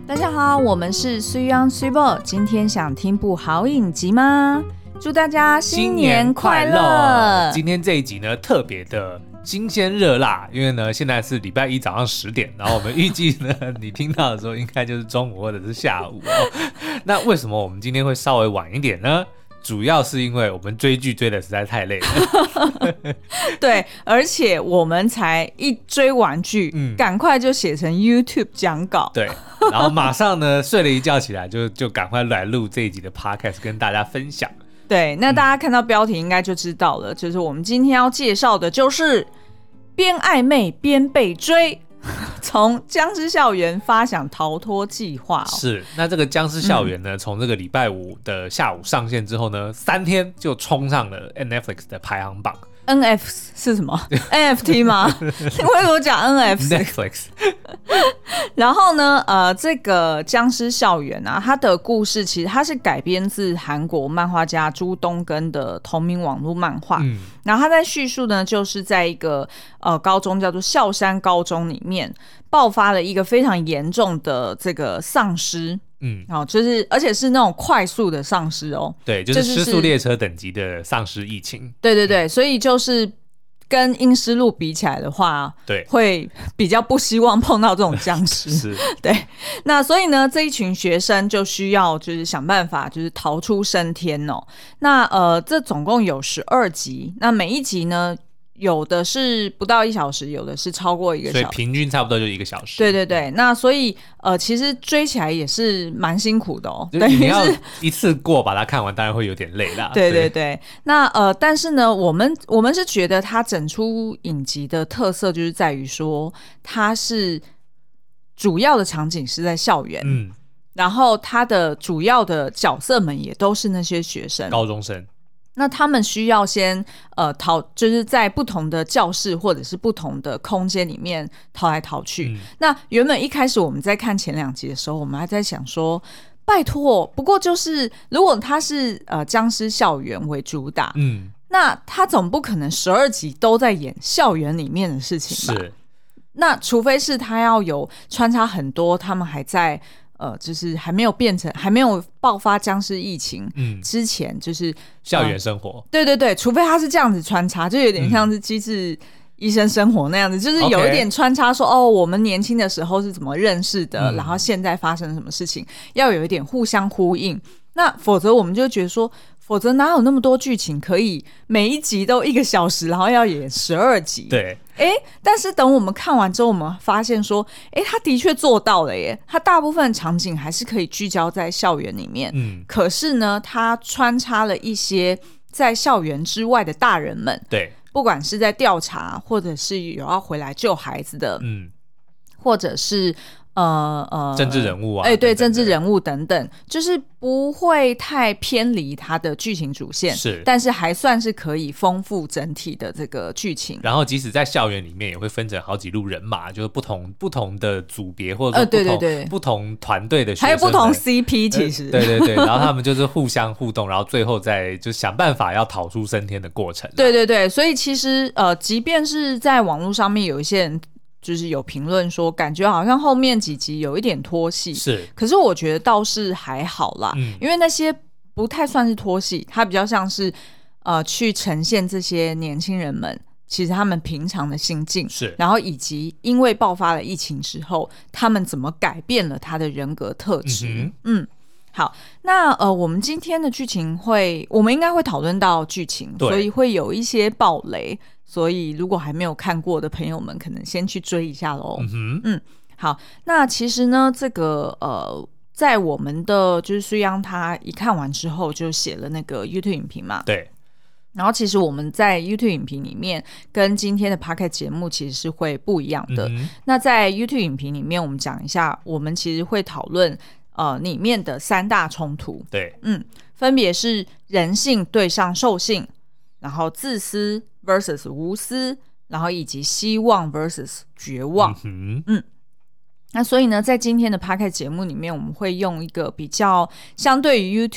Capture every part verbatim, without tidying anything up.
大家好，我们是水央水宝，今天想听部好影集吗？祝大家新年快乐！ 今天这一集呢，特别的新鲜热辣，因为呢，现在是礼拜一早上十点，然后我们预计呢，你听到的时候应该就是中午或者是下午哦。那为什么我们今天会稍微晚一点呢？主要是因为我们追剧追的实在太累了。 对，而且我们才一追完剧，嗯、赶快就写成 YouTube 讲稿。 对，然后马上呢睡了一觉起来就，就赶快来录这一集的 Podcast 跟大家分享。 对，那大家看到标题应该就知道了，嗯、就是我们今天要介绍的就是边暧昧边被追。从僵尸校园发想逃脱计划、哦、 是，那这个僵尸校园呢，从、嗯、这个礼拜五的下午上线之后呢，三天就冲上了 Netflix 的排行榜。 N F 是什么？N F T 吗？你为什么讲 N F Netflix 然后呢，呃，这个僵尸校园啊，它的故事其实它是改编自韩国漫画家朱东根的同名网络漫画。嗯，然后他在叙述呢，就是在一个呃高中叫做孝山高中里面爆发了一个非常严重的这个丧尸。嗯，哦，就是而且是那种快速的丧尸哦， 对，就是失速列车等级的丧尸疫情。 对对对，所以就是跟阴尸路比起来的话， 对， 会比较不希望碰到这种僵尸。 是， 对。那所以呢，这一群学生就需要就是想办法，就是逃出升天哦。那呃，这总共有十二集，那每一集呢，有的是不到一小时，有的是超过一个小时， 所以平均差不多就一个小时。 对对对，那所以呃，其实追起来也是蛮辛苦的哦。 对，你要一次过把它看完，当然会有点累啦。 对对对，那呃，但是呢，我们我们是觉得它整出影集的特色就是在于说，它是主要的场景是在校园，嗯，然后它的主要的角色们也都是那些学生， 高中生。 那他们需要先呃逃，就是在不同的教室或者是不同的空间里面逃来逃去。嗯、那原本一开始我们在看前两集的时候，我们还在想说，拜托，不过就是如果他是呃僵尸校园为主打，嗯，那他总不可能十二集都在演校园里面的事情吧？是。那除非是他要有穿插很多，他们还在。呃，就是还没有变成还没有爆发僵尸疫情之前，嗯、就是校园生活、呃。 对对对，除非他是这样子穿插，就有点像是机智医生生活那样子，嗯、就是有一点穿插说，哦，我们年轻的时候是怎么认识的，嗯、然后现在发生什么事情，要有一点互相呼应。那否则我们就觉得说，否则哪有那么多剧情可以每一集都一个小时，然后要演十二集？ 对。 哎，但是等我们看完之后，我们发现说，哎，他的确做到了耶。他大部分场景还是可以聚焦在校园里面，嗯，可是呢，他穿插了一些在校园之外的大人们， 对， 不管是在调查，或者是有要回来救孩子的，嗯，或者是。呃呃， 政治人物啊， 哎、欸，对，政治人物等等，就是不会太偏离它的剧情主线， 是， 但是还算是可以丰富整体的这个剧情。 然后，即使在校园里面，也会分成好几路人马，就是不同不同的组别，或者说不同、呃、对对对不同团队的学生， 还有不同 C P， 其实、呃、 对对对，然后他们就是互相互动，然后最后再就想办法要逃出升天的过程。 对对对，所以其实呃，即便是在网络上面有一些人。就是有评论说，感觉好像后面几集有一点拖戏， 是， 可是我觉得倒是还好啦，嗯、因为那些不太算是拖戏，它比较像是呃去呈现这些年轻人们其实他们平常的心境， 是， 然后以及因为爆发了疫情之后，他们怎么改变了他的人格特质，嗯, 嗯，好，那呃，我们今天的剧情会，我们应该会讨论到剧情，所以会有一些爆雷。所以如果还没有看过的朋友们可能先去追一下咯。嗯哼，嗯，好，那其实呢这个呃在我们的就是虽然他一看完之后就写了那个 YouTube 影评嘛， 对， 然后其实我们在 YouTube 影评里面跟今天的 Podcast 节目其实是会不一样的、嗯、那在 YouTube 影评里面我们讲一下，我们其实会讨论呃里面的三大冲突， 对， 嗯，分别是人性对上兽性，然后自私 versus 无私，然后以及希望 versus 绝望。嗯, 嗯，那所以呢，在今天的 Podcast 节目里面，我们会用一个比较相对于 YouTube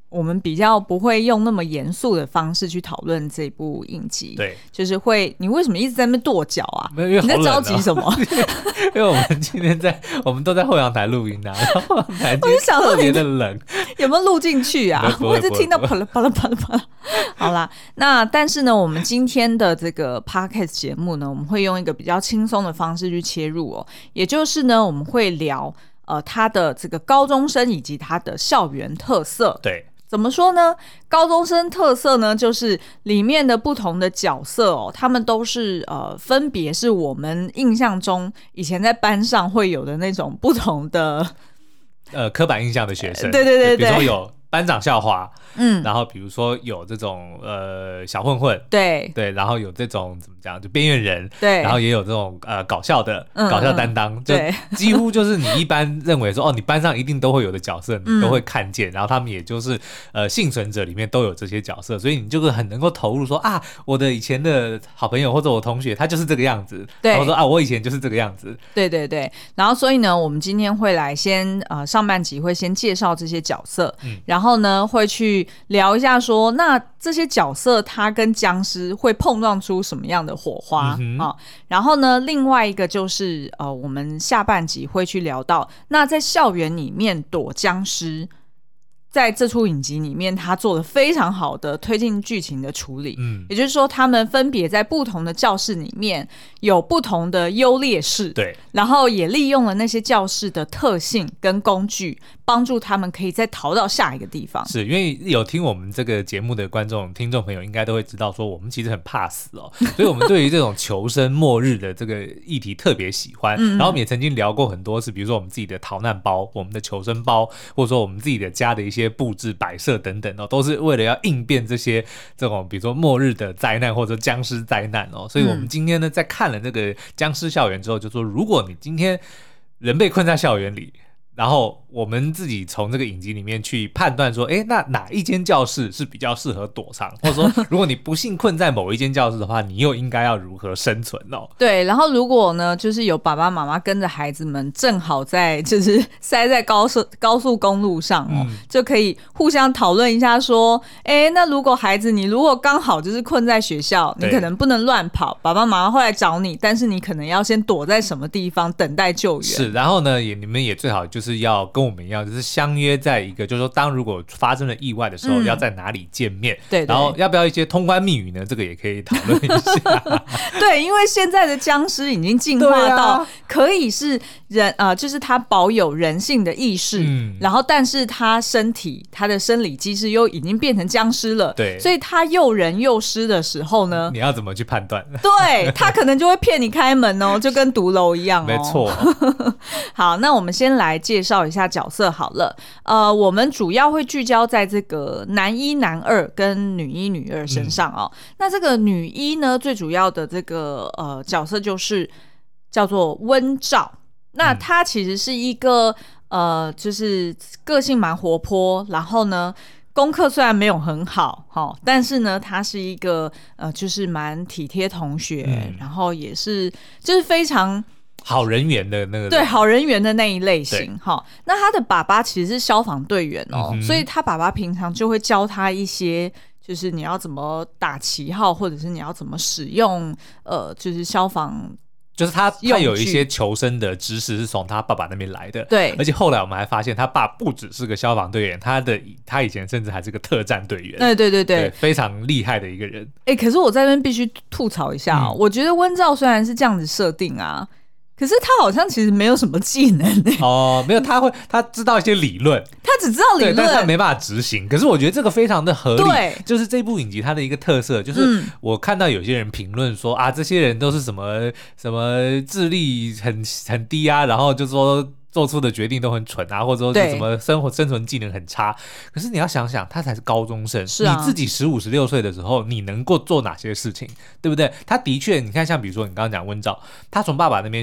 我们比较不会用那么严肃的方式去讨论这部影集。 对， 就是会，你为什么一直在那边跺脚啊？ 没有，因为好冷哦， 你在着急什么？ 因为我们今天在，我们都在后阳台录音啊，然后后阳台今天特别的冷， 有没有录进去啊？我一直听到啪啦啪啦啪啦啪啦。好啦，那但是呢，我们今天的这个 podcast 节目呢，我们会用一个比较轻松的方式去切入哦，也就是呢，我们会聊呃他的这个高中生以及他的校园特色。 对。 怎么说呢？高中生特色呢，就是里面的不同的角色哦，他们都是呃，分别是我们印象中以前在班上会有的那种不同的呃刻板印象的学生。 对对对对， 比如说有班长校花， 嗯， 然后比如说有这种呃小混混， 对对，然后有这种怎么讲，就边缘人， 对， 然后也有这种呃搞笑的、 嗯、 搞笑担当，就几乎就是你一般认为说哦，你班上一定都会有的角色，你都会看见，嗯、然后他们也就是呃幸存者里面都有这些角色，所以你就会很能够投入说啊，我的以前的好朋友或者我同学他就是这个样子，对，然后说啊，我以前就是这个样子， 对对对，然后所以呢，我们今天会来先呃上半集会先介绍这些角色，嗯，然后呢会去聊一下说，那这些角色他跟僵尸会碰撞出什么样的火花、嗯啊、然后呢另外一个就是呃我们下半集会去聊到，那在校园里面躲僵尸，在这出影集里面他做了非常好的推进剧情的处理，嗯，也就是说他们分别在不同的教室里面有不同的优劣势， 对， 然后也利用了那些教室的特性跟工具，帮助他们可以再逃到下一个地方。 是因为有听我们这个节目的观众听众朋友应该都会知道说，我们其实很怕死哦，所以我们对于这种求生末日的这个议题特别喜欢嗯嗯，然后我们也曾经聊过很多次，比如说我们自己的逃难包、我们的求生包，或者说我们自己的家的一些布置摆设等等哦，都是为了要应变这些这种比如说末日的灾难或者僵尸灾难哦。所以我们今天呢在看了这个僵尸校园之后，就说如果你今天人被困在校园里，然后我们自己从这个影集里面去判断说，哎，那哪一间教室是比较适合躲藏，或者说如果你不幸困在某一间教室的话，你又应该要如何生存哦？ 对，然后如果呢，就是有爸爸妈妈跟着孩子们正好在就是塞在高速高速公路上哦、嗯，就可以互相讨论一下说，哎，那如果孩子你如果刚好就是困在学校，你可能不能乱跑，爸爸妈妈会来找你，但是你可能要先躲在什么地方等待救援。 是，然后呢，也你们也最好就是要跟我们一样，就是相约在一个，就是说当如果发生了意外的时候、嗯、要在哪里见面，对，然后要不要一些通关密语呢，这个也可以讨论一下对，因为现在的僵尸已经进化到可以是人、啊呃、就是他保有人性的意识、嗯、然后但是他身体他的生理机制又已经变成僵尸了，对，所以他又人又尸的时候呢， 你要怎么去判断？ 对，他可能就会骗你开门哦，就跟毒楼一样哦， 没错好，那我们先来介绍一下角色好了，呃，我们主要会聚焦在这个男一男二跟女一女二身上哦、嗯、那这个女一呢最主要的这个呃角色就是叫做温兆，那她其实是一个、嗯、呃就是个性蛮活泼，然后呢功课虽然没有很好、哦、但是呢她是一个呃就是蛮体贴同学、嗯、然后也是就是非常好人缘的那个， 对，好人缘的那一类型哈。那他的爸爸其实是消防队员哦、嗯，所以他爸爸平常就会教他一些，就是你要怎么打旗号，或者是你要怎么使用呃，就是消防。 就是他他有一些求生的知识是从他爸爸那边来的， 对， 而且后来我们还发现他爸不只是个消防队员，他的他以前甚至还是个特战队员， 对对对 对, 对，非常厉害的一个人。 哎、欸，可是我在这边必须吐槽一下、哦嗯、我觉得温兆虽然是这样子设定啊，可是他好像其实没有什么技能、欸、 哦，没有，他会他知道一些理论， 他只知道理论， 但他没办法执行。可是我觉得这个非常的合理，对，就是这部影集它的一个特色，就是我看到有些人评论说、嗯、啊，这些人都是什么什么智力很很低啊，然后就说做出的决定都很蠢啊，或者说什么生活生存技能很差。可是你要想想，他才是高中生，是、啊、你自己十五十六岁的时候，你能够做哪些事情，对不对？他的确，你看像比如说你刚刚讲温兆，他从爸爸那边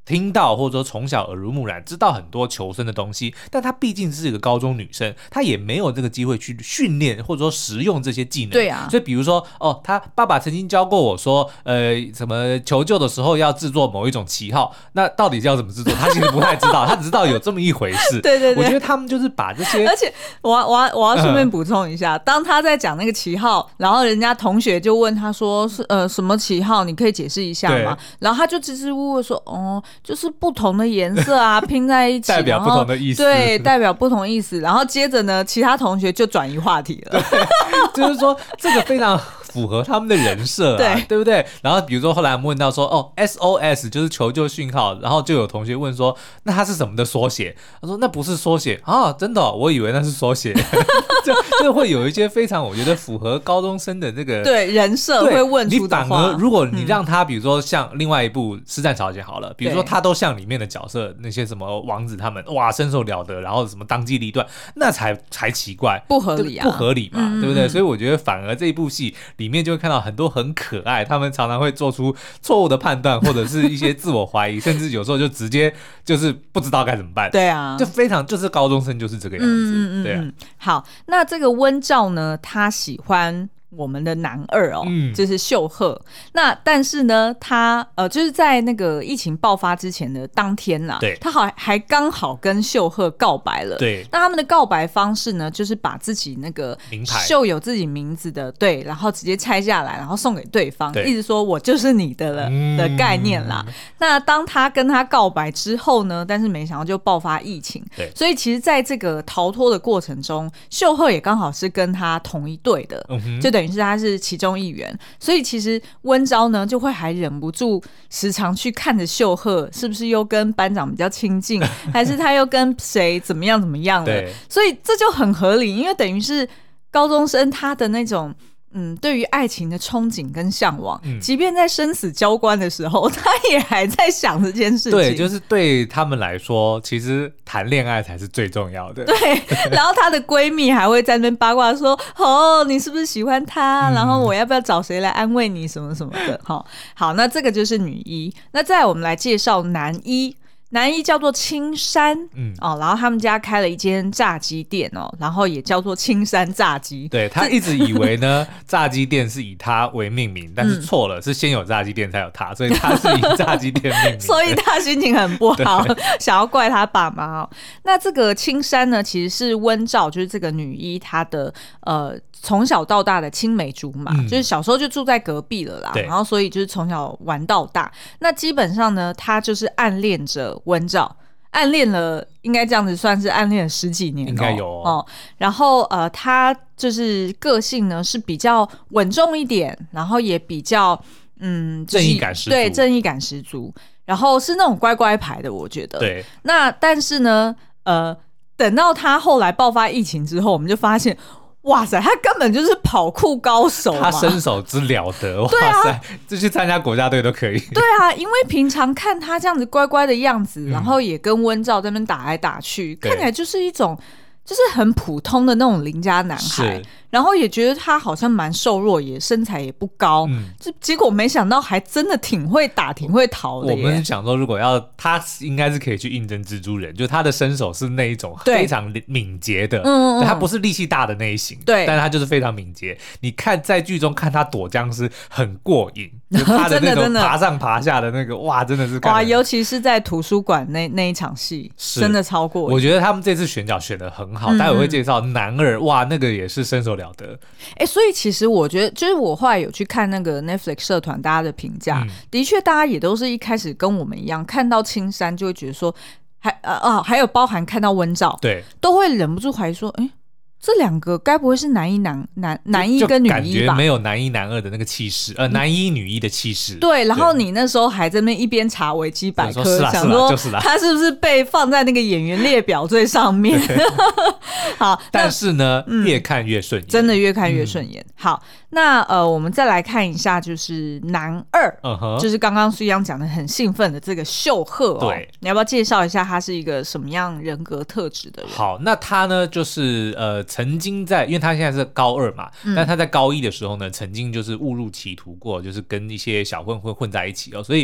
听到或者说从小耳濡目染知道很多求生的东西，但她毕竟是一个高中女生，她也没有这个机会去训练或者说实用这些技能。 对啊， 所以比如说哦，她爸爸曾经教过我说呃什么求救的时候要制作某一种旗号，那到底要怎么制作她其实不太知道，她只知道有这么一回事。 对对对， 我觉得他们就是把这些， 而且我要我要我要顺便补充一下、嗯、当他在讲那个旗号，然后人家同学就问他说是呃什么旗号，你可以解释一下吗？然后他就支支吾吾说哦就是不同的颜色啊拼在一起代表不同的意思， 对，代表不同意思。然后接着呢其他同学就转移话题了， 就是说这个非常符合他们的人设啊，对，对不对？然后比如说后来我们问到说哦 S O S 就是求救讯号，然后就有同学问说那它是什么的缩写？他说那不是缩写啊，真的、哦、我以为那是缩写。就就会有一些非常我觉得符合高中生的这个对人设会问出的话。 你反而如果你让他比如说像另外一部《师战朝鲜》好了，比如说他都像里面的角色那些什么王子他们哇身手了得，然后什么当机立断，那才才奇怪， 不合理啊， 不合理嘛、嗯、对不对？所以我觉得反而这一部戏里面就会看到很多很可爱，他们常常会做出错误的判断或者是一些自我怀疑甚至有时候就直接就是不知道该怎么办。 对啊， 就非常就是高中生就是这个样子。嗯嗯嗯，对啊。 好，那这个温兆呢他喜欢我们的男二哦、嗯，就是秀赫。那但是呢，他呃，就是在那个疫情爆发之前的当天啦， 对， 他好还刚好跟秀赫告白了。 对， 那他们的告白方式呢，就是把自己那个绣有自己名字的，对，然后直接拆下来，然后送给对方，一直说我就是你的了、嗯、的概念啦。那当他跟他告白之后呢，但是没想到就爆发疫情， 对， 所以其实在这个逃脱的过程中，秀赫也刚好是跟他同一队的，嗯、就等于是他是其中一员，所以其实温昭呢就会还忍不住时常去看着秀赫是不是又跟班长比较亲近，还是他又跟谁怎么样怎么样了，所以这就很合理，因为等于是高中生他的那种嗯，对于爱情的憧憬跟向往、嗯、即便在生死交关的时候他也还在想这件事情。 对，就是对他们来说其实谈恋爱才是最重要的。 对，然后她的闺蜜还会在那边八卦说哦，你是不是喜欢他、嗯、然后我要不要找谁来安慰你什么什么的。好，好，那这个就是女一。那再来我们来介绍男一。男一叫做青山、嗯哦、然后他们家开了一间炸鸡店哦，然后也叫做青山炸鸡。 对，他一直以为呢炸鸡店是以他为命名，但是错了、嗯、是先有炸鸡店才有他，所以他是以炸鸡店命名。 所以他心情很不好，想要怪他爸妈、哦、那这个青山呢其实是温兆，就是这个女一她的呃从小到大的青梅竹马、嗯、就是小时候就住在隔壁了啦，然后所以就是从小玩到大。那基本上呢她就是暗恋着温兆，暗恋了应该这样子算是暗恋了十几年、哦、 应该有 哦, 哦然后呃他就是个性呢是比较稳重一点，然后也比较嗯、就是、 正义感十足， 对，正义感十足，然后是那种乖乖牌的我觉得。 对， 那但是呢呃等到他后来爆发疫情之后，我们就发现哇塞，他根本就是跑酷高手嘛， 他身手之了得，哇塞，这、啊、去参加国家队都可以。 对啊，因为平常看他这样子乖乖的样子、嗯、然后也跟温兆在那边打来打去，看起来就是一种就是很普通的那种邻家男孩，然后也觉得他好像蛮瘦弱，也身材也不高、嗯、结果没想到还真的挺会打挺会逃的耶。 我们想说如果要他应该是可以去应征蜘蛛人，就他的身手是那一种非常敏捷的，嗯嗯，他不是力气大的那一型，对，但是他就是非常敏捷。你看在剧中看他躲僵尸很过瘾，就他的那种爬上爬下的那个哇真的是哇，尤其是在图书馆那那一场戏真的超过瘾。 我觉得他们这次选角选得很好、嗯、待会会介绍男二，哇那个也是身手了得。 欸、所以其实我觉得就是我后来有去看那个 Netflix 社团大家的评价、嗯、的确大家也都是一开始跟我们一样看到青山就会觉得说还呃哦，还有包含看到温兆， 对， 都会忍不住怀疑说哎、欸这两个该不会是男一男男男一跟女一吧？ 感觉没有男一男二的那个气势，呃，男一女一的气势。 对，然后你那时候还在那边一边查维基百科， 说想说他是不是被放在那个演员列表最上面？好， 但是呢、嗯，越看越顺眼， 真的越看越顺眼。嗯、好，那呃，我们再来看一下，就是男二，嗯、就是刚刚苏央讲的很兴奋的这个秀赫、哦，对，你要不要介绍一下他是一个什么样人格特质的人？ 好，那他呢，就是呃。曾经在，因为他现在是高二嘛、嗯、但他在高一的时候呢曾经就是误入歧途过，就是跟一些小混混混在一起哦，所以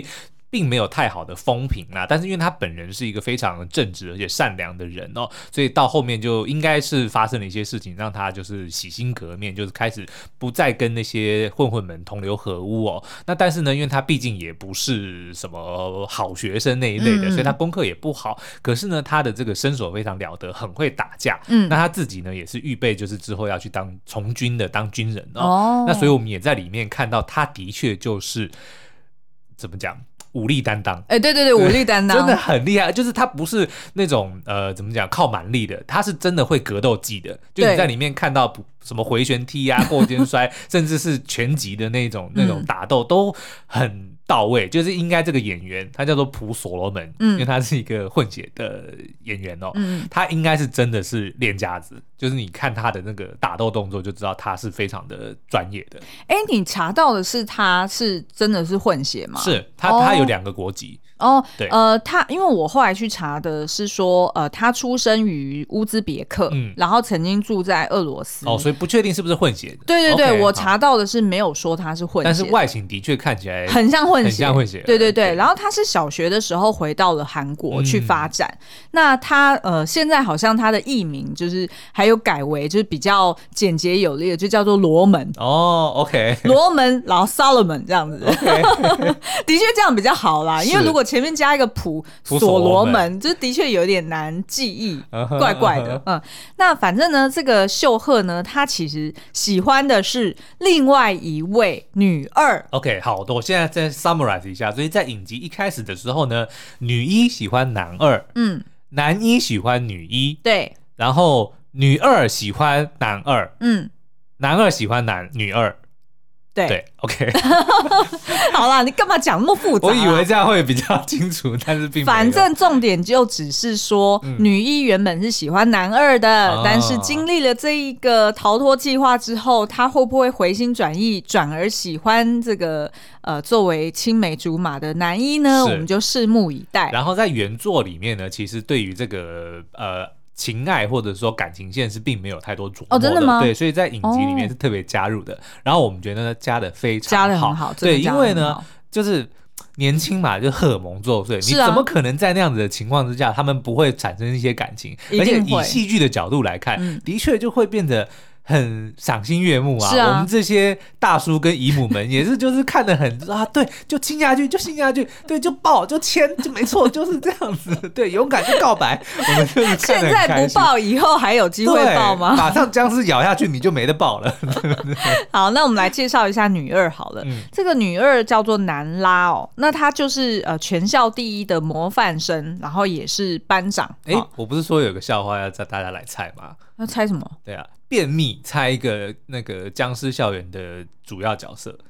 并没有太好的风评啦，但是因为他本人是一个非常正直而且善良的人哦，所以到后面就应该是发生了一些事情，让他就是洗心革面，就是开始不再跟那些混混们同流合污哦。那但是呢，因为他毕竟也不是什么好学生那一类的，嗯、所以他功课也不好。可是呢，他的这个身手非常了得，很会打架。嗯，那他自己呢也是预备就是之后要去当从军的，当军人哦。哦那所以我们也在里面看到，他的确就是怎么讲？武力担当， 哎、欸，对对对，武力担当真的很厉害。就是他不是那种呃，怎么讲靠蛮力的，他是真的会格斗技的。就你在里面看到什么回旋踢啊、过肩摔，甚至是拳击的那种那种打斗、嗯、都很到位。就是应该这个演员他叫做普所罗门，嗯，因为他是一个混血的演员哦，嗯，他应该是真的是练家子。就是你看他的那个打斗动作就知道他是非常的专业的。 哎，你查到的是他是真的是混血吗？ 是他、哦、他有两个国籍。 哦，对，呃，他因为我后来去查的是说，呃，他出生于乌兹别克，嗯，然后曾经住在俄罗斯， 哦，所以不确定是不是混血的。 对对对， okay, 我查到的是没有说他是混血， 但是外形的确看起来很像混血， 很像混血。 对对对，然后他是小学的时候回到了韩国去发展，嗯、那他呃现在好像他的艺名就是还有改为就是比较简洁有力的，就叫做罗门。 哦 ，OK， 罗门，然后 Solomon 这样子， okay. 的确这样比较好啦，因为如果前面加一个普所罗门，就的确有点难记忆，怪怪的。嗯，那反正呢，这个秀赫呢，他其实喜欢的是另外一位女二。 OK， 好，我现在再 summarize 一下。所以在影集一开始的时候呢，女一喜欢男二，嗯，男一喜欢女一， 对， 然后女二喜欢男二，嗯，男二喜欢男女二。对, 对 ，OK， 好啦，你干嘛讲那么复杂、啊？ 我以为这样会比较清楚，但是并没有。 反正重点就只是说，嗯、女一原本是喜欢男二的，哦、但是经历了这一个逃脱计划之后，她会不会回心转意，转而喜欢这个呃作为青梅竹马的男一呢？我们就拭目以待。 然后在原作里面呢，其实对于这个呃。情爱或者说感情线是并没有太多琢磨的， 哦，真的吗？ 对，所以在影集里面是特别加入的。哦、然后我们觉得呢，加的非常好， 加的很好， 对，因为呢，就是年轻嘛，就荷尔蒙作祟，啊、你怎么可能在那样子的情况之下，他们不会产生一些感情？而且以戏剧的角度来看，嗯、的确就会变得很赏心悦目啊！啊我们这些大叔跟姨母们也是，就是看得很啊，对，就亲下去，就亲下去，对，就抱，就牵，就没错，就是这样子。对，勇敢就告白，我们就是看得很开心。 现在不抱，以后还有机会抱吗？ 马上僵尸咬下去，你就没得抱了。 好，那我们来介绍一下女二好了。嗯、这个女二叫做南拉哦，那她就是呃全校第一的模范生，然后也是班长。 哎、哦，我不是说有个笑话要叫大家来猜吗？ 要猜什么？ 对啊。便秘猜一个那个僵尸校园的主要角色。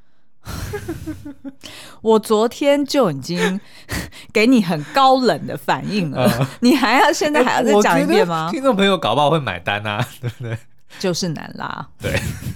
我昨天就已经给你很高冷的反应了，呃、你还要现在还要再讲一遍吗？ 听众朋友搞不好会买单啊，对不对？ 就是难拉， 对。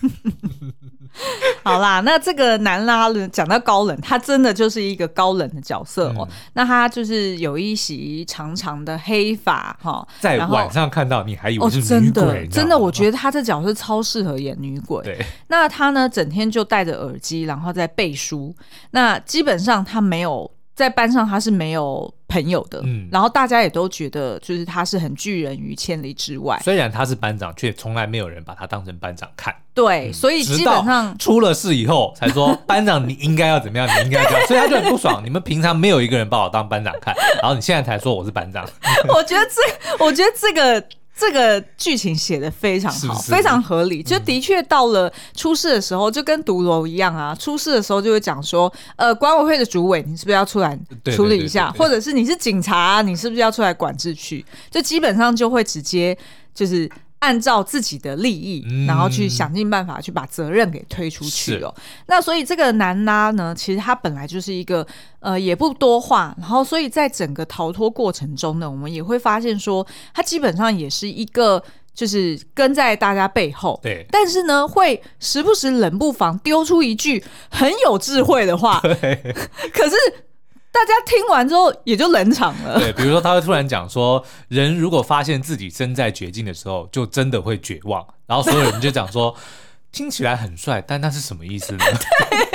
好啦，那这个南拉讲到高冷，他真的就是一个高冷的角色哦。嗯、那他就是有一袭长长的黑发哈， 在晚上看到你还以为是女鬼， 哦、真的真的，我觉得他这角色超适合演女鬼。 对， 那他呢，整天就戴着耳机，然后在背书。那基本上他没有在班上，他是没有朋友的，嗯，然后大家也都觉得就是他是很拒人于千里之外。 虽然他是班长，却从来没有人把他当成班长看。 对，嗯、所以基本上出了事以后才说班长你应该要怎么样，你应该这样，所以他就很不爽。你们平常没有一个人把我当班长看，然后你现在才说我是班长。 我觉得这，我觉得这个。这个剧情写得非常好，是不是非常合理？就的确到了出事的时候，就跟毒楼一样啊。出事的时候就会讲说，呃，管委会的主委，你是不是要出来处理一下？或者是你是警察，你是不是要出来管秩序？就基本上就会直接就是按照自己的利益，嗯、然后去想尽办法去把责任给推出去哦。那所以这个南拉呢，其实他本来就是一个呃也不多话，然后所以在整个逃脱过程中呢，我们也会发现说，他基本上也是一个就是跟在大家背后， 对， 但是呢会时不时冷不防丢出一句很有智慧的话， 对， 可是。大家听完之后也就冷场了。 对，比如说他会突然讲说，人如果发现自己身在绝境的时候，就真的会绝望。然后所有人就讲说，听起来很帅，但那是什么意思呢？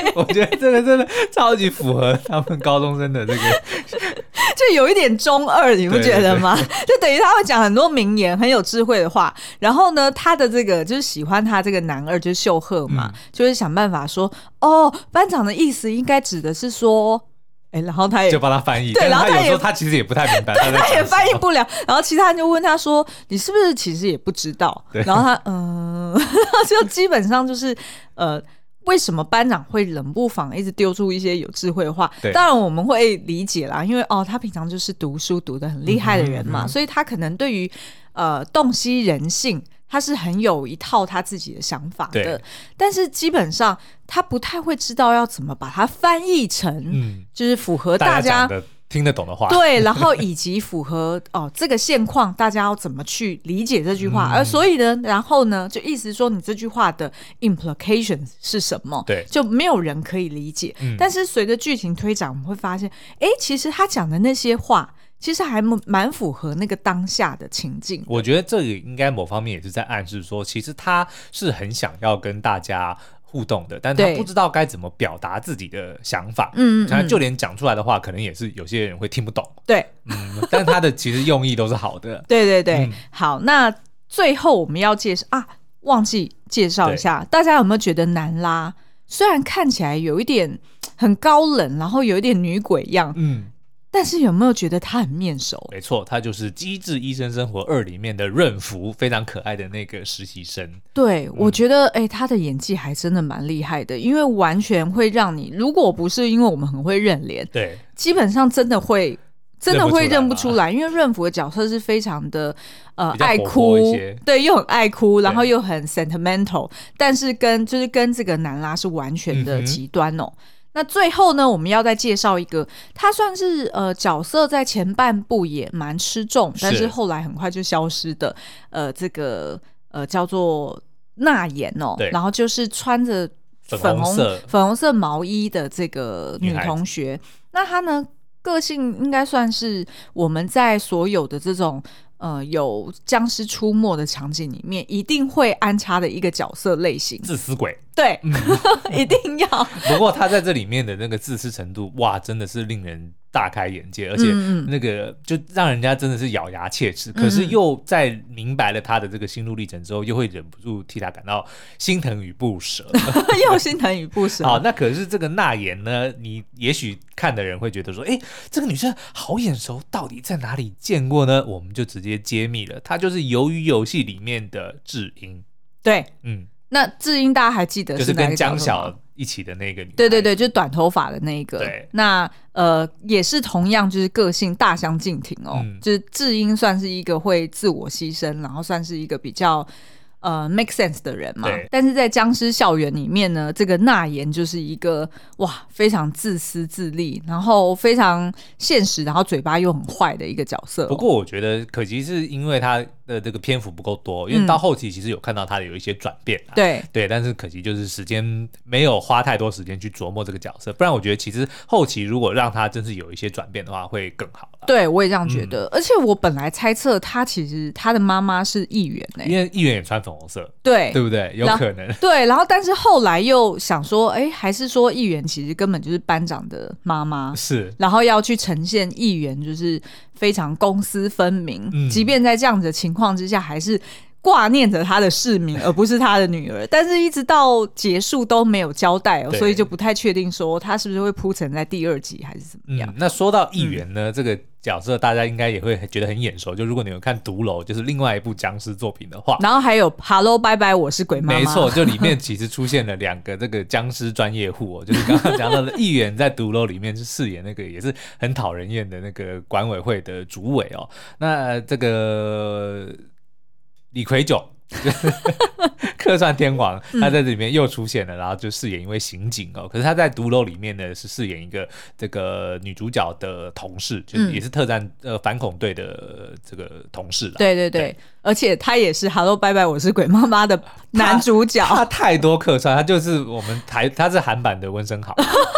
我觉得这个真的超级符合他们高中生的这个就有一点中二，你不觉得吗？对对对，就等于他会讲很多名言，很有智慧的话。然后呢，他的这个就是喜欢他这个男二，就是秀赫嘛，嗯、就是想办法说，哦，班长的意思应该指的是说。哎，然后他也就帮他翻译， 对，然后他有时候他其实也不太明白， 对，他也翻译不了。然后其他人就问他说：“你是不是其实也不知道？”然后他嗯、呃，就基本上就是呃，为什么班长会冷不防一直丢出一些有智慧的话？当然我们会理解啦，因为哦，他平常就是读书读得很厉害的人嘛，嗯嗯嗯，所以他可能对于呃洞悉人性。他是很有一套他自己的想法的，但是基本上他不太会知道要怎么把它翻译成，嗯，就是符合大家, 大家讲的听得懂的话， 对，然后以及符合哦这个现况，大家要怎么去理解这句话，嗯、而所以呢，然后呢，就意思说你这句话的 implication 是什么？ 对， 就没有人可以理解。嗯、但是随着剧情推展，我们会发现，哎，其实他讲的那些话。其实还蛮符合那个当下的情境的。 我觉得这里应该某方面也是在暗示说，其实他是很想要跟大家互动的，但他不知道该怎么表达自己的想法。嗯嗯，就连讲出来的话，可能也是有些人会听不懂。 对， 嗯，但他的其实用意都是好的。 对对对，嗯、好，那最后我们要介绍啊，忘记介绍一下，大家有没有觉得南拉虽然看起来有一点很高冷，然后有一点女鬼样，嗯。但是有没有觉得他很面熟？ 没错，他就是《机智医生生活二》里面的润福，非常可爱的那个实习生。 对，嗯、我觉得哎、欸，他的演技还真的蛮厉害的，因为完全会让你，如果不是因为我们很会认脸， 对， 基本上真的会真的会认不出来，因为润福的角色是非常的呃爱哭，对，又很爱哭，然后又很 sentimental， 但是跟就是跟这个南拉是完全的极端哦。嗯，那最后呢，我们要再介绍一个，他算是呃角色在前半部也蛮吃重，但是后来很快就消失的，呃，这个呃叫做娜妍哦，然后就是穿着粉红色粉红色毛衣的这个女同学，那她呢个性应该算是我们在所有的这种。呃，有僵尸出没的场景里面，一定会安插的一个角色类型， 自私鬼。 对，嗯、一定要。 不过他在这里面的那个自私程度，哇，真的是令人大开眼界，而且那个就让人家真的是咬牙切齿。嗯、可是又在明白了他的这个心路历程之后，又会忍不住替他感到心疼与不舍。 又心疼与不舍。 好，那可是这个娜妍呢？你也许看的人会觉得说，哎，这个女生好眼熟，到底在哪里见过呢？我们就直接揭秘了，她就是《鱿鱼游戏》里面的智英。 对，嗯。那智英大家还记得是哪个角色吗？就是跟江晓一起的那个女孩， 对对对，就是短头发的那一个。 对， 那呃也是同样就是个性大相径庭哦，嗯、就是智英算是一个会自我牺牲，然后算是一个比较呃 make sense 的人嘛。但是在僵尸校园里面呢，这个娜妍就是一个哇非常自私自利，然后非常现实，然后嘴巴又很坏的一个角色、哦。 不过我觉得可惜是因为他的这个篇幅不够多，因为到后期其实有看到他的有一些转变、啊嗯、对对，但是可惜就是时间没有花太多时间去琢磨这个角色，不然我觉得其实后期如果让他真是有一些转变的话会更好啦。 对，我也这样觉得、嗯、而且我本来猜测他其实他的妈妈是议员、欸、 因为议员也穿粉红色， 对对不对？有可能。 对，然后但是后来又想说哎，还是说议员其实根本就是班长的妈妈， 是， 然后要去呈现议员就是非常公私分明、嗯、即便在这样子的情况之下还是挂念着他的市民而不是他的女儿，但是一直到结束都没有交代、哦、所以就不太确定说他是不是会铺陈在第二集还是怎么样、 嗯、那说到议员呢、嗯、这个角色大家应该也会觉得很眼熟，就如果你有看毒楼就是另外一部僵尸作品的话， 然后还有 Hello 拜拜我是鬼妈妈， 没错，就里面其实出现了两个这个僵尸专业户、哦、就是刚刚讲到的议员在毒楼里面是饰演那个也是很讨人厌的那个管委会的主委哦，那这个李魁炯客串天王，他在这里面又出现了，然后就饰演一位刑警哦。可是他在毒楼里面呢，是饰演一个这个女主角的同事，就是也是特战呃反恐队的这个同事啦。 对对 对, 对，而且他也是 Hello 拜拜我是鬼妈妈的男主角。 他, 他太多客串，他就是我们台，他是韩版的温升豪。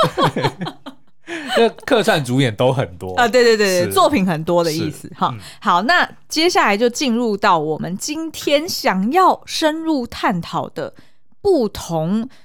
这客串主演都很多啊， 对对对对，作品很多的意思哈、嗯。好，那接下来就进入到我们今天想要深入探讨的不同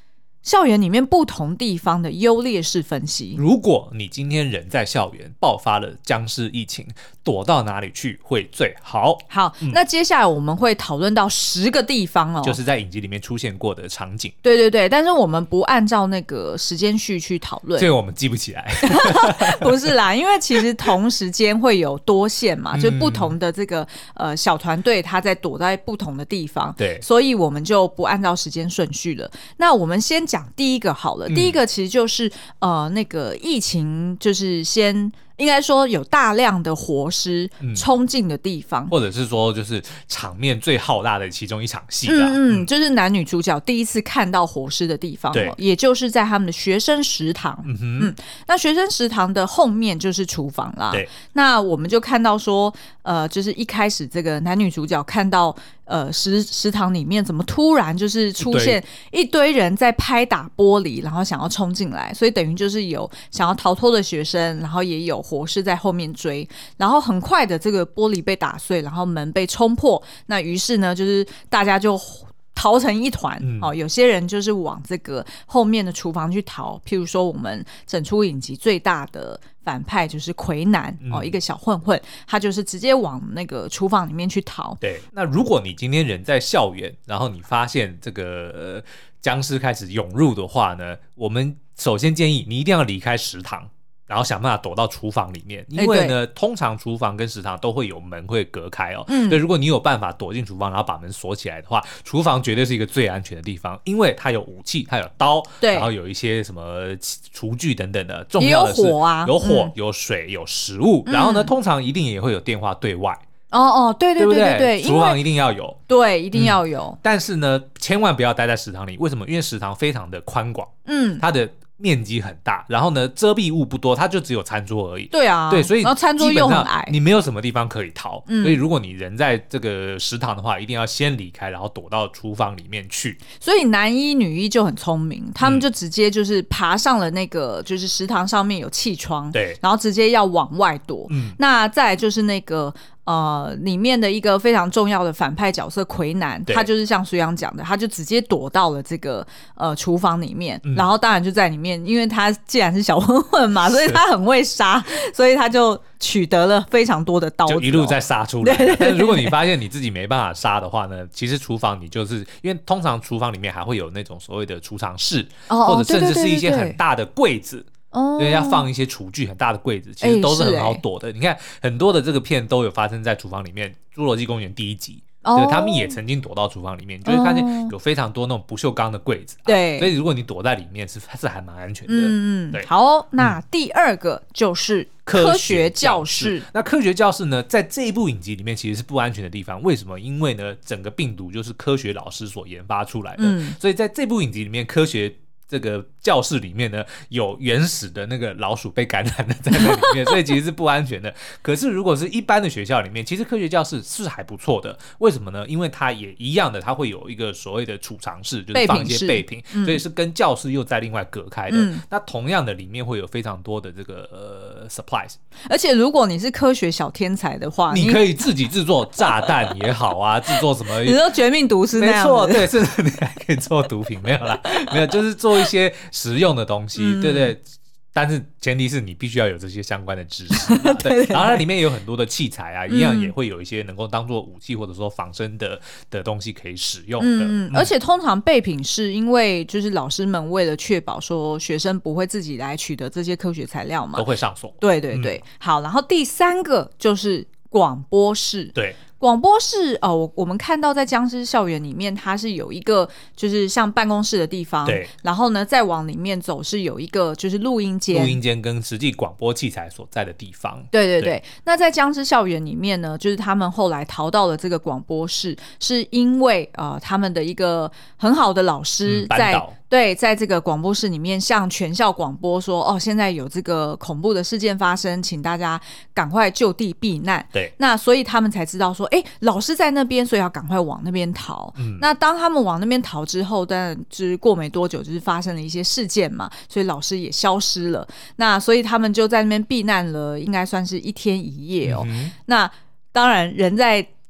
校园里面不同地方的优劣势分析。 如果你今天人在校园爆发了僵尸疫情，躲到哪里去会最好？ 好、嗯、那接下来我们会讨论到十个地方哦， 就是在影集里面出现过的场景。 对对对，但是我们不按照那个时间序去讨论， 这个我们记不起来。 不是啦，因为其实同时间会有多线嘛，嗯、就不同的这个呃小团队，他在躲在不同的地方， 对， 所以我们就不按照时间顺序了。那我们先讲第一个好了，嗯、第一个其实就是呃那个疫情，就是先。应该说有大量的活尸冲进的地方、 嗯、或者是说就是场面最浩大的其中一场戏啦。 嗯嗯，就是男女主角第一次看到活尸的地方、哦、也就是在他们的学生食堂。嗯哼，嗯，那学生食堂的后面就是厨房啦。 对， 那我们就看到说呃就是一开始这个男女主角看到呃食食堂里面怎么突然就是出现一堆人在拍打玻璃，然后想要冲进来，所以等于就是有想要逃脱的学生，然后也有活尸在后面追，然后很快的这个玻璃被打碎，然后门被冲破，那于是呢就是大家就逃成一团、嗯哦、有些人就是往这个后面的厨房去逃，譬如说我们整出影集最大的反派就是魁南、嗯哦、一个小混混，他就是直接往那个厨房里面去逃。 对，那如果你今天人在校园，然后你发现这个、呃、僵尸开始涌入的话呢，我们首先建议你一定要离开食堂，然后想办法躲到厨房里面，因为呢、欸、通常厨房跟食堂都会有门会隔开哦、嗯、所以如果你有办法躲进厨房然后把门锁起来的话，厨房绝对是一个最安全的地方，因为它有武器，它有刀，然后有一些什么厨具等等的，重要的是有火啊， 有火、嗯、有水有食物、嗯、然后呢通常一定也会有电话对外。 哦哦，对对对对对， 厨房一定要有， 对，一定要有、 嗯、但是呢千万不要待在食堂里，为什么？因为食堂非常的宽广，嗯，它的面积很大，然后呢遮蔽物不多，它就只有餐桌而已。 对啊， 对，所以然后餐桌又很矮， 你没有什么地方可以逃、嗯、所以如果你人在这个食堂的话，一定要先离开，然后躲到厨房里面去。 所以男一女一就很聪明，他们就直接就是爬上了那个就是食堂上面有气窗， 对， 然后直接要往外躲、嗯、那再来就是那个呃，里面的一个非常重要的反派角色魁南，他就是像苏央讲的，他就直接躲到了这个呃厨房里面、嗯、然后当然就在里面，因为他既然是小混混嘛，所以他很会杀，所以他就取得了非常多的刀子、哦、 就一路在杀出来。对对对对，但是如果你发现你自己没办法杀的话呢，其实厨房你就是因为通常厨房里面还会有那种所谓的储藏室、哦、或者甚至是一些很大的柜子，因为要放一些厨具，很大的柜子其实都是很好躲的、欸、你看很多的这个片都有发生在厨房里面，侏罗纪公园第一集、哦、对，他们也曾经躲到厨房里面，你就会看见有非常多那种不锈钢的柜子、啊、 对， 所以如果你躲在里面是是还蛮安全的。 嗯对， 好、哦、那第二个就是科学教室。 那科学教室呢在这一部影集里面其实是不安全的地方，为什么？因为呢整个病毒就是科学老师所研发出来的、嗯、所以在这部影集里面科学这个教室里面呢有原始的那个老鼠被感染的在那里面，所以其实是不安全的。可是如果是一般的学校里面，其实科学教室是还不错的，为什么呢？因为它也一样的，它会有一个所谓的储藏室，就是放一些备品，所以是跟教室又在另外隔开的、嗯、那同样的里面会有非常多的这个呃 supplies， 而且如果你是科学小天才的话， 你可以自己制作炸弹也好啊，制作什么你说绝命毒师那样子， 没错，对，甚至你还可以做毒品，没有啦，没有，就是做一些实用的东西、嗯、对对，但是前提是你必须要有这些相关的知识对, 对, 对，然后它里面有很多的器材啊、嗯、一样也会有一些能够当做武器或者说防身的的东西可以使用的、 嗯嗯、而且通常备品是因为就是老师们为了确保说学生不会自己来取得这些科学材料嘛， 都会上锁。 对对对、嗯、好，然后第三个就是广播室。 对， 广播室呃，我我们看到在僵尸校园里面，它是有一个就是像办公室的地方， 对， 然后呢再往里面走是有一个就是录音间， 录音间跟实际广播器材所在的地方。 对对 对, 对，那在僵尸校园里面呢，就是他们后来逃到了这个广播室，是因为呃他们的一个很好的老师在、嗯、对，在这个广播室里面向全校广播说，哦，现在有这个恐怖的事件发生，请大家赶快就地避难。 对， 那所以他们才知道说，哎，老师在那边，所以要赶快往那边逃。嗯，那当他们往那边逃之后，当然就是过没多久，就是发生了一些事件嘛，所以老师也消失了。那所以他们就在那边避难了，应该算是一天一夜哦。嗯、那当然，人在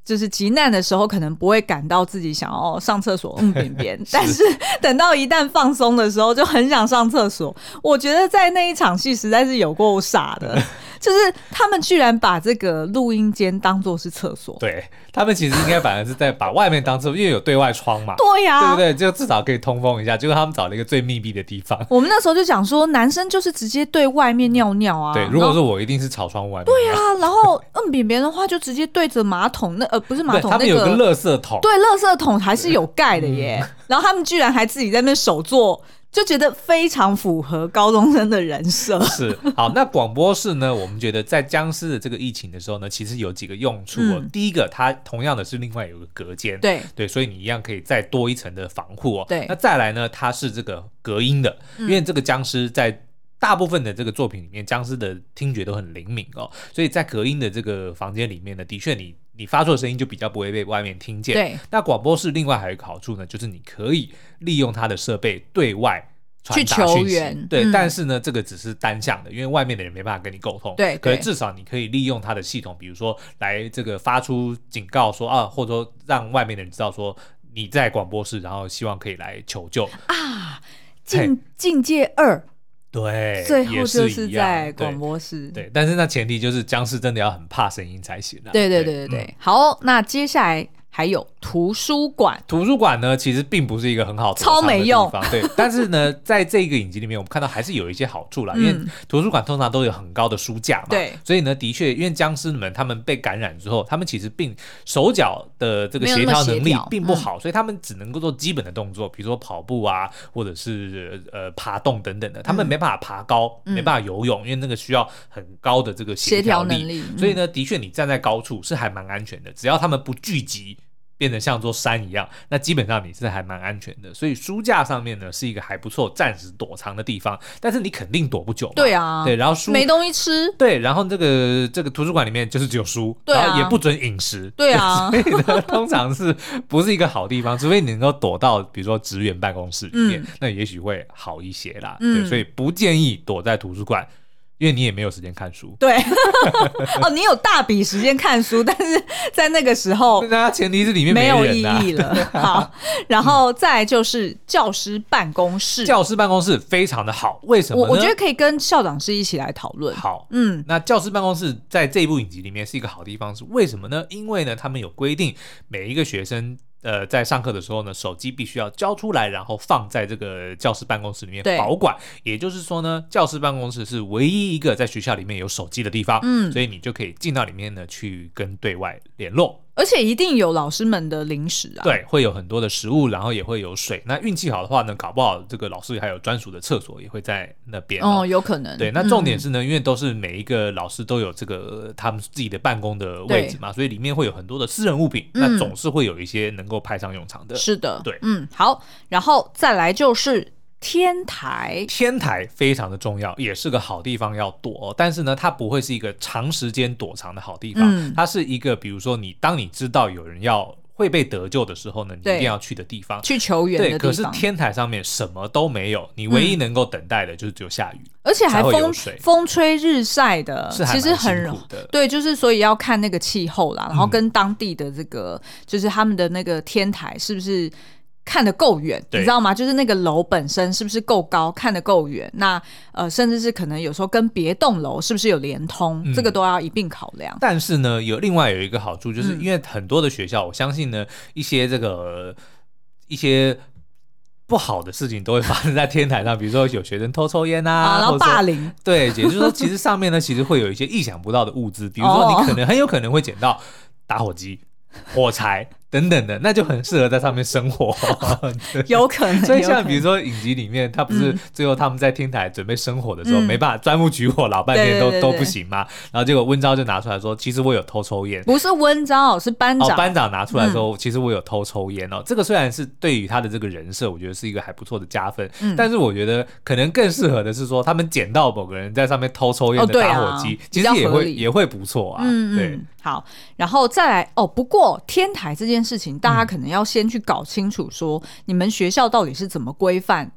就是急难的时候可能不会感到自己想要上厕所嗯便便但是等到一旦放松的时候就很想上厕所。我觉得在那一场戏实在是有够傻的就是他们居然把这个录音间当作是厕所。 对，他们其实应该反而是在把外面当厕所，因为有对外窗嘛。 对呀、啊， 对不对？就至少可以通风一下。结果他们找了一个最密闭的地方。 我们那时候就讲说男生就是直接对外面尿尿啊。 对，如果说我一定是朝窗外面。 对啊，然后嗯便便的话就直接对着马桶，那呃不是马桶， 他们有个垃圾桶。 对，垃圾桶还是有盖的耶、嗯、然后他们居然还自己在那边手做，就觉得非常符合高中生的人设。 是，好，那广播室呢，我们觉得在僵尸的这个疫情的时候呢，其实有几个用处、哦嗯、第一个，它同样的是另外有个隔间， 对对，所以你一样可以再多一层的防护哦。 对， 那再来呢，它是这个隔音的，因为这个僵尸在大部分的这个作品里面，僵尸的听觉都很灵敏哦，所以在隔音的这个房间里面呢，的确你你发出的声音就比较不会被外面听见。 对， 那广播室另外还有一个好处呢，就是你可以利用它的设备对外传达讯息，对、嗯，但是呢，这个只是单向的，因为外面的人没办法跟你沟通。 对， 可是至少你可以利用它的系统，比如说来这个发出警告说啊，或者说让外面的人知道说你在广播室，然后希望可以来求救啊。境境界二。 对， 最后就是在广播室。 对，对，但是那前提就是僵尸真的要很怕声音才行啦。 对对对对对、嗯。好，那接下来还有图书馆。 图书馆呢，其实并不是一个很好的超没用， 对。但是呢，在这个影集里面，我们看到还是有一些好处啦，因为图书馆通常都有很高的书架嘛， 对。 所以呢，的确，因为僵尸们他们被感染之后，他们其实并手脚的这个协调能力并不好，嗯、所以他们只能够做基本的动作，比如说跑步啊，或者是呃爬动等等的，他们没办法爬高，嗯、没办法游泳，因为那个需要很高的这个协调力。 能力嗯、 所以呢，的确你站在高处是还蛮安全的，只要他们不聚集。变得像座山一样，那基本上你是还蛮安全的。所以书架上面呢是一个还不错暂时躲藏的地方，但是你肯定躲不久嘛。 对啊， 对，然后书没东西吃， 对，然后这个这个图书馆里面就是只有书， 对啊、 然后也不准饮食， 对啊， 所以呢，通常是不是一个好地方？除非你能够躲到比如说职员办公室里面，嗯、那也许会好一些啦。嗯、对，所以不建议躲在图书馆。因为你也没有时间看书， 对，哦，你有大笔时间看书，但是在那个时候， 那前提是里面没有意没人啊义了。好，然后再来就是教师办公室， 教师办公室非常的好，为什么呢？ 我我觉得可以跟校长室一起来讨论。 好，嗯，那教师办公室在这一部影集里面是一个好地方，是为什么呢？因为呢，他们有规定每一个学生。呃，在上课的时候呢，手机必须要交出来，然后放在这个教室办公室里面保管。也就是说呢，教室办公室是唯一一个在学校里面有手机的地方，嗯，所以你就可以进到里面呢，去跟对外联络。 而且一定有老师们的零食啊， 对，会有很多的食物，然后也会有水。那运气好的话呢，搞不好这个老师还有专属的厕所也会在那边哦， 哦有可能。 对，那重点是呢，嗯、因为都是每一个老师都有这个他们自己的办公的位置嘛，所以里面会有很多的私人物品，嗯、那总是会有一些能够派上用场的。 是的， 对， 嗯，好，然后再来就是天台， 天台非常的重要，也是个好地方要躲，但是呢，它不会是一个长时间躲藏的好地方，嗯、它是一个比如说你当你知道有人要会被得救的时候呢，你一定要去的地方， 去求援的地方。 对，可是天台上面什么都没有，你唯一能够等待的就是只有下雨，嗯、 而且还风风吹日晒的， 是其实很对，就是所以要看那个气候啦，然后跟当地的这个、嗯、就是他们的那个天台是不是。看得够远，你知道吗？就是那个楼本身是不是够高，看得够远？那呃，甚至是可能有时候跟别栋楼是不是有连通，嗯、这个都要一并考量。 但是呢，有另外有一个好处，就是因为很多的学校，嗯、我相信呢，一些这个一些不好的事情都会发生在天台上，比如说有学生偷抽烟啊， 啊然后霸凌。 对，也就是说，其实上面呢，其实会有一些意想不到的物资，比如说你可能很有可能会捡到打火机、火柴。等等的，那就很适合在上面生活有可能。 所以像比如说影集里面，他不是最后他们在天台准备生火的时候，嗯、没办法钻木取火，老半天都对对对对都不行嘛。然后结果温昭就拿出来说，其实我有偷抽烟。 不是温昭，是班长。 哦，班长拿出来说，嗯、其实我有偷抽烟哦。这个虽然是对于他的这个人设，我觉得是一个还不错的加分，嗯、但是我觉得可能更适合的是说，他们捡到某个人在上面偷抽烟的打火机，哦啊、其实也会也会不错啊。嗯嗯对。 好，然后再来哦。不过天台这件事情，大家可能要先去搞清楚说，说、嗯、你们学校到底是怎么规范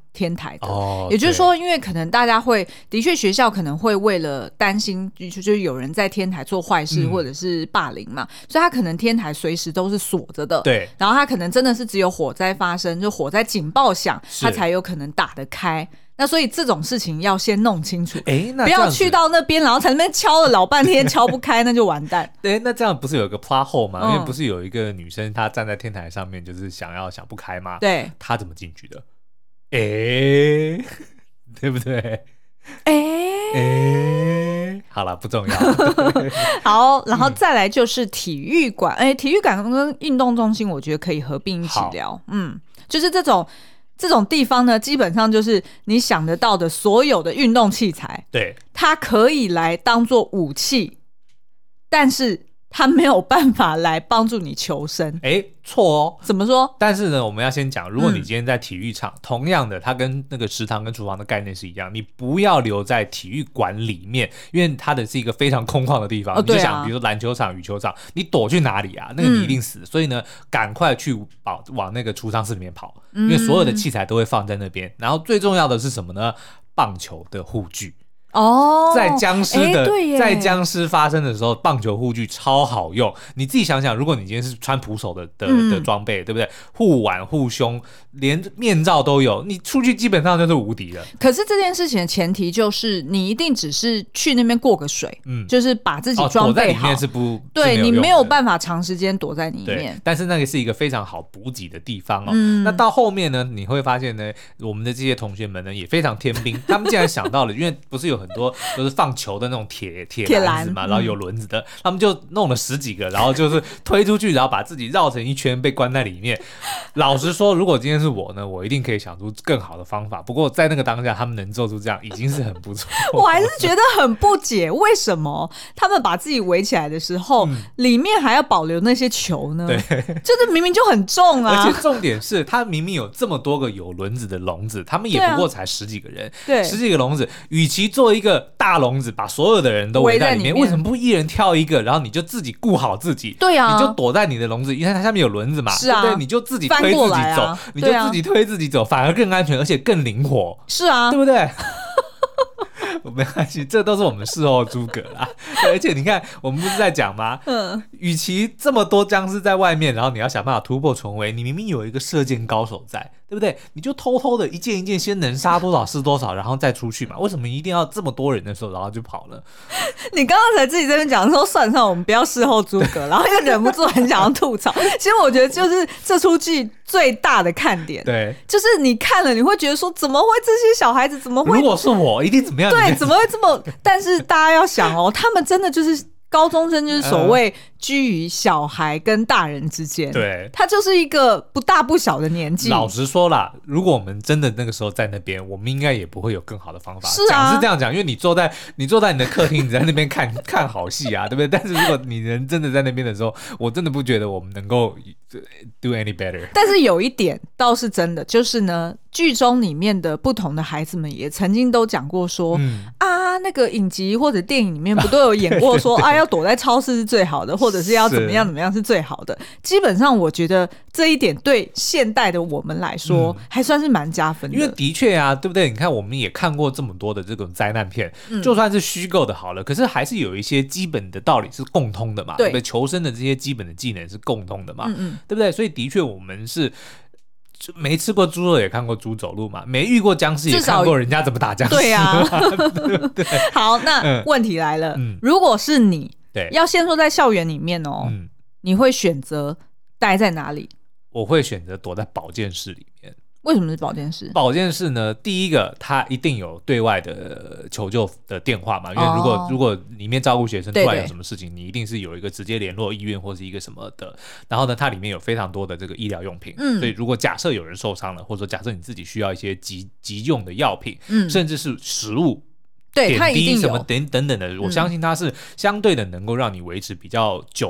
天台的。 哦， 也就是说，因为可能大家会的确学校可能会为了担心就就是有人在天台做坏事或者是霸凌嘛、嗯、所以他可能天台随时都是锁着的。 对， 然后他可能真的是只有火灾发生，就火灾警报响他才有可能打得开。那所以这种事情要先弄清楚， 哎，那不要去到那边然后在那边敲了老半天敲不开，那就完蛋。 对，那这样不是有一个 plot hole 吗、嗯、因为不是有一个女生她站在天台上面就是想要想不开吗？ 对， 她怎么进去的？哎，对不对？ 哎哎，好了，不重要。 好，然后再来就是体育馆。哎、嗯，体育馆跟运动中心，我觉得可以合并一起聊。嗯，就是这种这种地方呢，基本上就是你想得到的所有的运动器材， 对， 它可以来当做武器，但是它没有办法来帮助你求生。 哎，错哦。 怎么说？ 但是呢，我们要先讲，如果你今天在体育场、嗯、同样的，它跟那个食堂跟厨房的概念是一样，你不要留在体育馆里面，因为它的是一个非常空旷的地方、哦、你就想、啊、比如说篮球场羽球场，你躲去哪里啊？那个你一定死、嗯、所以呢赶快去往往那个储藏室里面跑，因为所有的器材都会放在那边、嗯、然后最重要的是什么呢？棒球的护具哦， 在僵尸的在僵尸发生的时候，棒球护具超好用。你自己想想，如果你今天是穿捕手的的、嗯、的装备，对不对？护腕护胸，连面罩都有，你出去基本上就是无敌了。 可是这件事情的前提就是你一定只是去那边过个水，嗯，就是把自己装备好。哦、躲在里面是不对， 是没你没有办法长时间躲在里面。 但是那个是一个非常好补给的地方哦、嗯。那到后面呢，你会发现呢，我们的这些同学们呢也非常天兵，他们竟然想到了，因为不是有很多都是放球的那种铁铁篮子嘛，然后有轮子的、嗯，他们就弄了十几个，然后就是推出去，然后把自己绕成一圈，被关在里面。老实说，如果今天是我呢，我一定可以想出更好的方法。不过在那个当下，他们能做出这样，已经是很不错。 我还是觉得很不解，为什么他们把自己围起来的时候，嗯、里面还要保留那些球呢？对，就是明明就很重啊。 而且重点是，他明明有这么多个有轮子的笼子，他们也不过才十几个人，对、啊，十几个笼子，与其做一个大笼子把所有的人都围在里面，为什么不一人挑一个，然后你就自己顾好自己？对啊，你就躲在你的笼子，因为它下面有轮子嘛，是啊，对不对？你就自己推自己走、啊，你就自己推自己走，反而更安全，而且更灵活。 是啊， 对不对？没关系，这都是我们事后诸葛啦。而且你看，我们不是在讲吗？嗯，与其这么多僵尸在外面，然后你要想办法突破重围，你明明有一个射箭高手在，对不对？你就偷偷的一件一件，先能杀多少是多少，然后再出去嘛。为什么一定要这么多人的时候，然后就跑了？ 你刚刚才自己在那边讲说，算上我们不要事后诸葛，然后又忍不住很想要吐槽。其实我觉得就是这出剧最大的看点，对，就是你看了你会觉得说，怎么会这些小孩子怎么会？ 如果是我，一定怎么样？ 对，怎么会这么？但是大家要想哦，他们真的就是高中生，就是所谓居于小孩跟大人之间，对，他就是一个不大不小的年纪。 老实说啦，如果我们真的那个时候在那边，我们应该也不会有更好的方法。是啊，讲是这样讲，因为你坐在你坐在你的客厅，你在那边看看好戏啊，对不对？但是如果你人真的在那边的时候，我真的不觉得我们能够 do any better。 但是有一点倒是真的，就是呢，剧中里面的不同的孩子们也曾经都讲过说，嗯、啊，那个影集或者电影里面不都有演过说，啊，要躲在超市是最好的，或者是要怎么样怎么样是最好的。基本上我觉得这一点对现代的我们来说、嗯、还算是蛮加分的。 因为的确啊，对不对？你看我们也看过这么多的这种灾难片、嗯、就算是虚构的好了，可是还是有一些基本的道理是共通的嘛， 对, 对不对？求生的这些基本的技能是共通的嘛，嗯嗯，对不对？所以的确我们是没吃过猪肉也看过猪走路嘛，没遇过僵尸也看过人家怎么打僵尸。 对啊，对不对？好，那问题来了、嗯、如果是你，对，要先说在校园里面哦、嗯，你会选择待在哪里？ 我会选择躲在保健室里面。 为什么是保健室？ 保健室呢，第一个它一定有对外的求救的电话嘛，因为如果、哦、如果里面照顾学生突然有什么事情，对对，你一定是有一个直接联络医院或是一个什么的。然后呢，它里面有非常多的这个医疗用品、嗯、所以如果假设有人受伤了，或者说假设你自己需要一些急急用的药品、嗯、甚至是食物， 对，它一定有点滴什么等等等的，我相信它是相对的能够让你维持比较久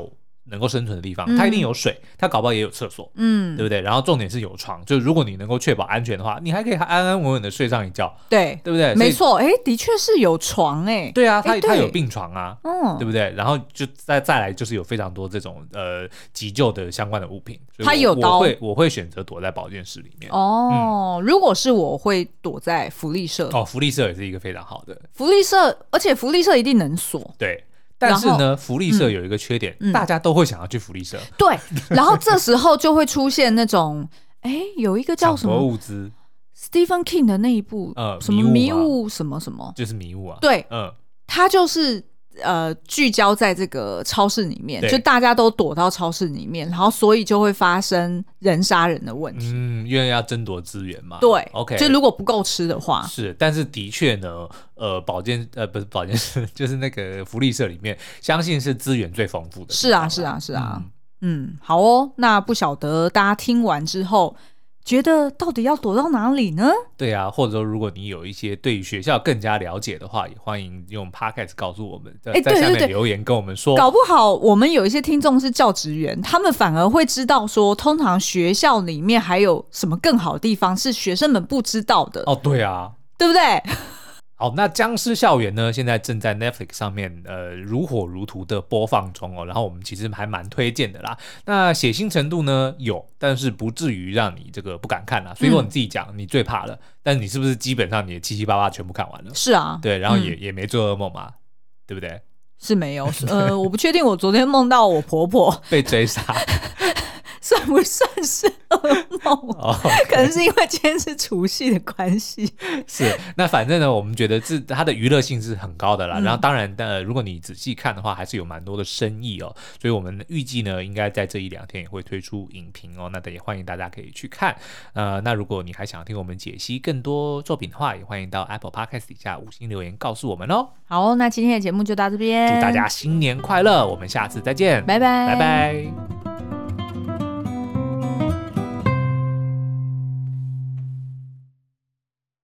能够生存的地方，它一定有水，它搞不好也有厕所，嗯，对不对？然后重点是有床，就是如果你能够确保安全的话，你还可以安安稳稳的睡上一觉， 对， 对不对？ 没错，哎，的确是有床，哎， 对啊，它它有病床啊， 嗯， 对不对？然后就再再来就是有非常多这种呃急救的相关的物品， 它有刀， 我会我会选择躲在保健室里面。 哦、嗯，如果是我会躲在福利社， 哦，福利社也是一个非常好的福利社，而且福利社一定能锁， 对。但是呢，福利社有一个缺点、嗯，大家都会想要去福利社。 对，然后这时候就会出现那种，哎，有一个叫什么物资 ，Stephen King 的那一部，呃，什么迷雾什么什么， 就是迷雾啊。 对，嗯，他就是呃聚焦在这个超市里面，就大家都躲到超市里面，然后所以就会发生人杀人的问题。 嗯，因为要争夺资源嘛。 对 ，OK， 就如果不够吃的话， 是，但是的确呢。呃，保健呃不是保健室，就是那个福利社里面，相信是资源最丰富的。 是啊，是啊，是啊。嗯, 嗯，好哦。那不晓得大家听完之后，觉得到底要躲到哪里呢？ 对啊，或者说如果你有一些对于学校更加了解的话，也欢迎用 Podcast 告诉我们，在在下面留言跟我们说。 搞不好我们有一些听众是教职员，他们反而会知道说，通常学校里面还有什么更好的地方是学生们不知道的。 哦，对啊， 对不对？ 好，那僵尸校园呢，现在正在 Netflix 上面呃如火如荼的播放中哦，然后我们其实还蛮推荐的啦。那血腥程度呢有，但是不至于让你这个不敢看啦。所以说你自己讲、嗯、你最怕了，但是你是不是基本上你的七七八八全部看完了？ 是啊， 对，然后也、嗯、也没做噩梦嘛，对不对？ 是没有，呃，我不确定我昨天梦到我婆婆被追杀。 算不算是噩梦、oh, okay. 可能是因为今天是除夕的关系。 是，那反正呢，我们觉得这它的娱乐性是很高的啦。嗯、然后当然，呃，如果你仔细看的话，还是有蛮多的深意哦。所以我们预计呢，应该在这一两天也会推出影评哦。那也欢迎大家可以去看。呃，那如果你还想听我们解析更多作品的话，也欢迎到 Apple Podcast 底下五星留言告诉我们哦。 好，那今天的节目就到这边， 祝大家新年快乐，我们下次再见， 拜拜， 拜拜。